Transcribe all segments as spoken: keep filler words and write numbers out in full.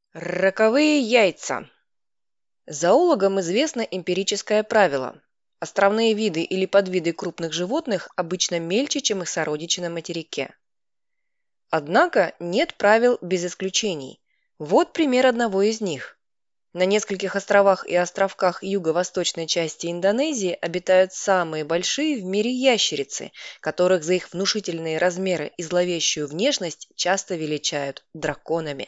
Роковые яйца. Зоологам известно эмпирическое правило. Островные виды или подвиды крупных животных обычно мельче, чем их сородичи на материке. Однако нет правил без исключений. Вот пример одного из них. На нескольких островах и островках юго-восточной части Индонезии обитают самые большие в мире ящерицы, которых за их внушительные размеры и зловещую внешность часто величают драконами.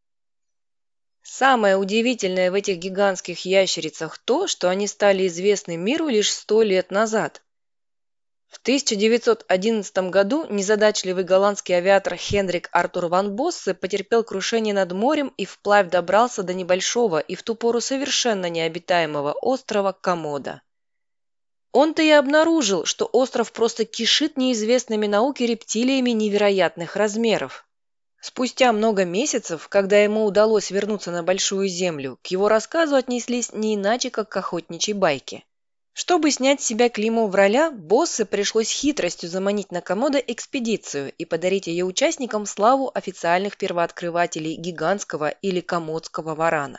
Самое удивительное в этих гигантских ящерицах то, что они стали известны миру лишь сто лет назад. В тысяча девятьсот одиннадцатом году незадачливый голландский авиатор Хенрик Артур ван Боссе потерпел крушение над морем и вплавь добрался до небольшого и в ту пору совершенно необитаемого острова Комодо. Он-то и обнаружил, что остров просто кишит неизвестными науке рептилиями невероятных размеров. Спустя много месяцев, когда ему удалось вернуться на Большую Землю, к его рассказу отнеслись не иначе, как к охотничьей байке. Чтобы снять с себя клеймо враля, Боссе пришлось хитростью заманить на Комодо экспедицию и подарить ее участникам славу официальных первооткрывателей гигантского или комодского варана.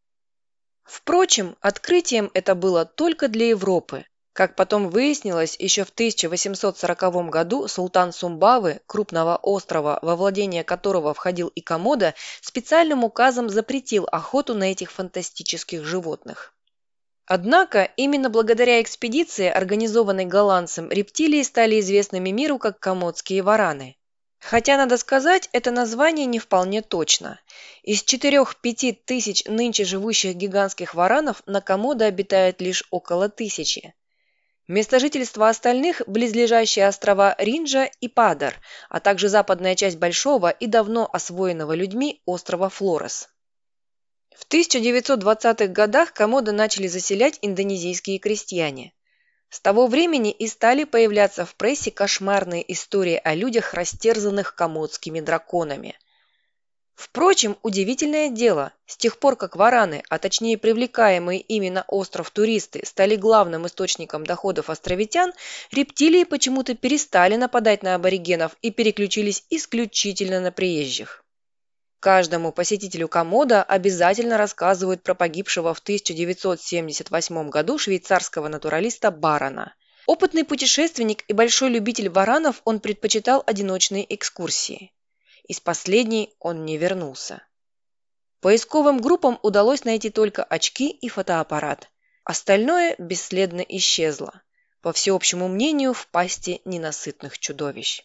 Впрочем, открытием это было только для Европы. Как потом выяснилось, еще в тысяча восемьсот сороковом году султан Сумбавы, крупного острова, во владение которого входил и Комодо, специальным указом запретил охоту на этих фантастических животных. Однако, именно благодаря экспедиции, организованной голландцем, рептилии стали известными миру как комодские вараны. Хотя, надо сказать, это название не вполне точно. Из четырёх-пяти тысяч нынче живущих гигантских варанов на Комодо обитает лишь около тысячи. Место жительства остальных – близлежащие острова Ринджа и Падар, а также западная часть большого и давно освоенного людьми острова Флорес. В тысяча девятьсот двадцатых годах Комодо начали заселять индонезийские крестьяне. С того времени и стали появляться в прессе кошмарные истории о людях, растерзанных комодскими драконами. Впрочем, удивительное дело, с тех пор как вараны, а точнее привлекаемые ими на остров туристы, стали главным источником доходов островитян, рептилии почему-то перестали нападать на аборигенов и переключились исключительно на приезжих. Каждому посетителю Комодо обязательно рассказывают про погибшего в тысяча девятьсот семьдесят восьмом году швейцарского натуралиста Барона. Опытный путешественник и большой любитель варанов, он предпочитал одиночные экскурсии. Из последней он не вернулся. Поисковым группам удалось найти только очки и фотоаппарат. Остальное бесследно исчезло. По всеобщему мнению, в пасти ненасытных чудовищ.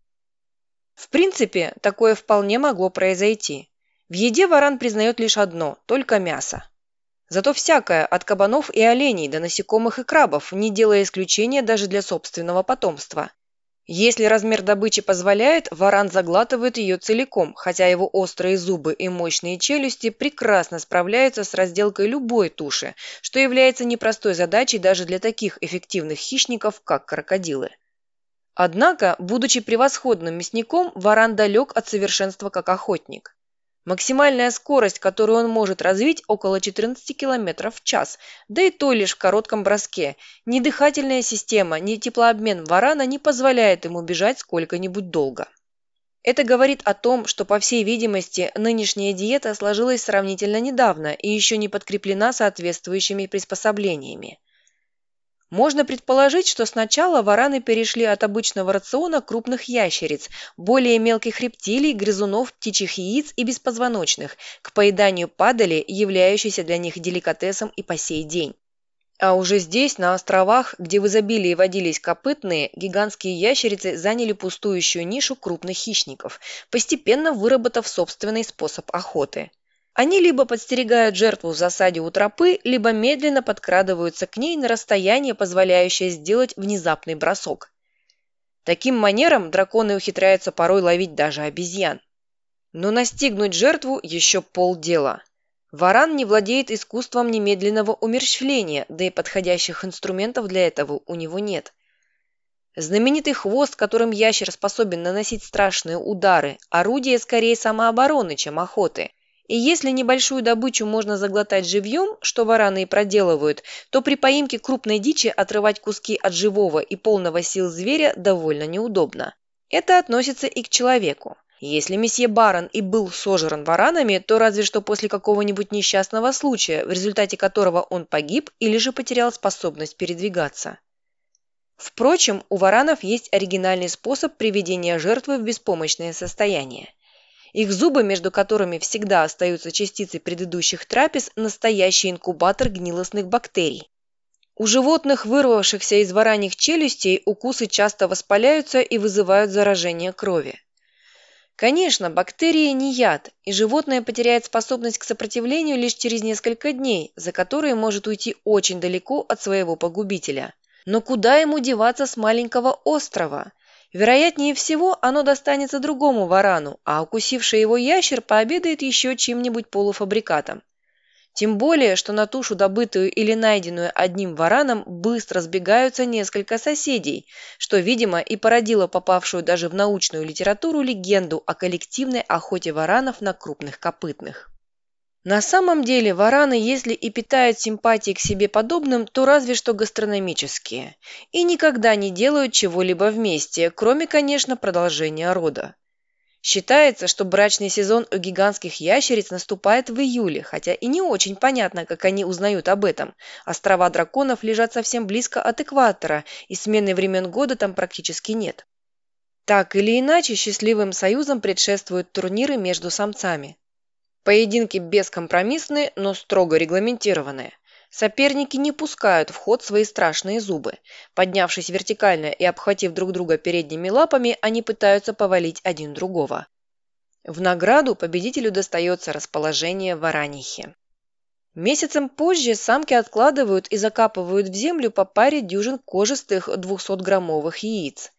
В принципе, такое вполне могло произойти. В еде варан признает лишь одно – только мясо. Зато всякое, от кабанов и оленей до насекомых и крабов, не делая исключения даже для собственного потомства. Если размер добычи позволяет, варан заглатывает ее целиком, хотя его острые зубы и мощные челюсти прекрасно справляются с разделкой любой туши, что является непростой задачей даже для таких эффективных хищников, как крокодилы. Однако, будучи превосходным мясником, варан далек от совершенства как охотник. Максимальная скорость, которую он может развить, около четырнадцати километров в час, да и то лишь в коротком броске. Ни дыхательная система, ни теплообмен варана не позволяет ему бежать сколько-нибудь долго. Это говорит о том, что, по всей видимости, нынешняя диета сложилась сравнительно недавно и еще не подкреплена соответствующими приспособлениями. Можно предположить, что сначала вараны перешли от обычного рациона крупных ящериц, более мелких рептилий, грызунов, птичьих яиц и беспозвоночных, к поеданию падали, являющейся для них деликатесом и по сей день. А уже здесь, на островах, где в изобилии водились копытные, гигантские ящерицы заняли пустующую нишу крупных хищников, постепенно выработав собственный способ охоты. Они либо подстерегают жертву в засаде у тропы, либо медленно подкрадываются к ней на расстояние, позволяющее сделать внезапный бросок. Таким манером драконы ухитряются порой ловить даже обезьян. Но настигнуть жертву еще полдела. Варан не владеет искусством немедленного умерщвления, да и подходящих инструментов для этого у него нет. Знаменитый хвост, которым ящер способен наносить страшные удары, орудие скорее самообороны, чем охоты. И если небольшую добычу можно заглотать живьем, что вараны и проделывают, то при поимке крупной дичи отрывать куски от живого и полного сил зверя довольно неудобно. Это относится и к человеку. Если месье Барон и был сожран варанами, то разве что после какого-нибудь несчастного случая, в результате которого он погиб или же потерял способность передвигаться. Впрочем, у варанов есть оригинальный способ приведения жертвы в беспомощное состояние. Их зубы, между которыми всегда остаются частицы предыдущих трапез, настоящий инкубатор гнилостных бактерий. У животных, вырвавшихся из вараньих челюстей, укусы часто воспаляются и вызывают заражение крови. Конечно, бактерии не яд, и животное потеряет способность к сопротивлению лишь через несколько дней, за которые может уйти очень далеко от своего погубителя. Но куда ему деваться с маленького острова? Вероятнее всего, оно достанется другому варану, а укусивший его ящер пообедает еще чьим-нибудь полуфабрикатом. Тем более, что на тушу, добытую или найденную одним вараном, быстро сбегаются несколько соседей, что, видимо, и породило попавшую даже в научную литературу легенду о коллективной охоте варанов на крупных копытных. На самом деле вараны, если и питают симпатии к себе подобным, то разве что гастрономические, и никогда не делают чего-либо вместе, кроме, конечно, продолжения рода. Считается, что брачный сезон у гигантских ящериц наступает в июле, хотя и не очень понятно, как они узнают об этом. Острова драконов лежат совсем близко от экватора, и смены времен года там практически нет. Так или иначе, счастливым союзам предшествуют турниры между самцами. Поединки бескомпромиссные, но строго регламентированные. Соперники не пускают в ход свои страшные зубы. Поднявшись вертикально и обхватив друг друга передними лапами, они пытаются повалить один другого. В награду победителю достается расположение варанихи. Месяцем позже самки откладывают и закапывают в землю по паре дюжин кожистых двухсотграммовых яиц.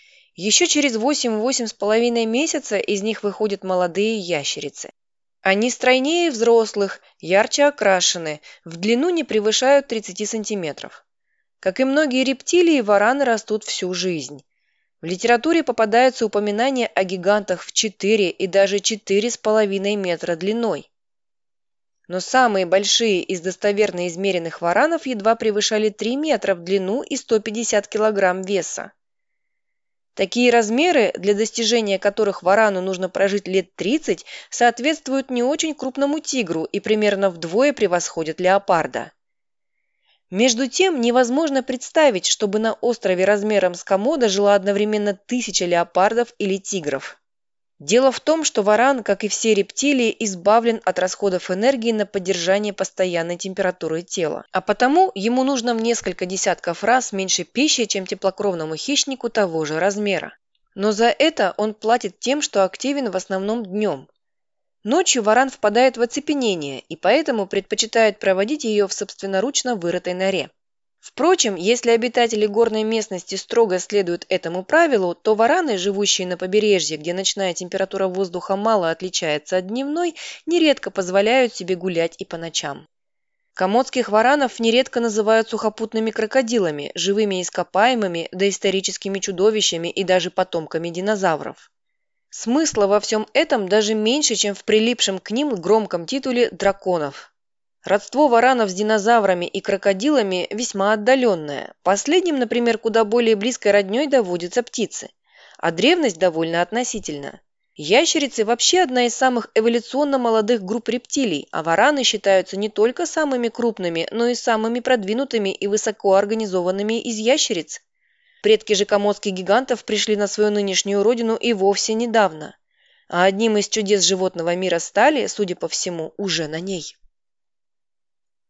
Еще через восемь-восемь с половиной месяца из них выходят молодые ящерицы. Они стройнее взрослых, ярче окрашены, в длину не превышают тридцати сантиметров. Как и многие рептилии, вараны растут всю жизнь. В литературе попадаются упоминания о гигантах в четыре и даже четыре с половиной метра длиной. Но самые большие из достоверно измеренных варанов едва превышали три метра в длину и сто пятьдесят килограмм веса. Такие размеры, для достижения которых варану нужно прожить лет тридцать, соответствуют не очень крупному тигру и примерно вдвое превосходят леопарда. Между тем, невозможно представить, чтобы на острове размером с Комодо жила одновременно тысяча леопардов или тигров. Дело в том, что варан, как и все рептилии, избавлен от расходов энергии на поддержание постоянной температуры тела, а потому ему нужно в несколько десятков раз меньше пищи, чем теплокровному хищнику того же размера. Но за это он платит тем, что активен в основном днем. Ночью варан впадает в оцепенение и поэтому предпочитает проводить ее в собственноручно вырытой норе. Впрочем, если обитатели горной местности строго следуют этому правилу, то вараны, живущие на побережье, где ночная температура воздуха мало отличается от дневной, нередко позволяют себе гулять и по ночам. Комодских варанов нередко называют сухопутными крокодилами, живыми ископаемыми, доисторическими чудовищами и даже потомками динозавров. Смысла во всем этом даже меньше, чем в прилипшем к ним громком титуле «драконов». Родство варанов с динозаврами и крокодилами весьма отдаленное. Последним, например, куда более близкой родней доводятся птицы. А древность довольно относительна. Ящерицы вообще одна из самых эволюционно молодых групп рептилий, а вараны считаются не только самыми крупными, но и самыми продвинутыми и высокоорганизованными из ящериц. Предки же комодских гигантов пришли на свою нынешнюю родину и вовсе недавно. А одним из чудес животного мира стали, судя по всему, уже на ней.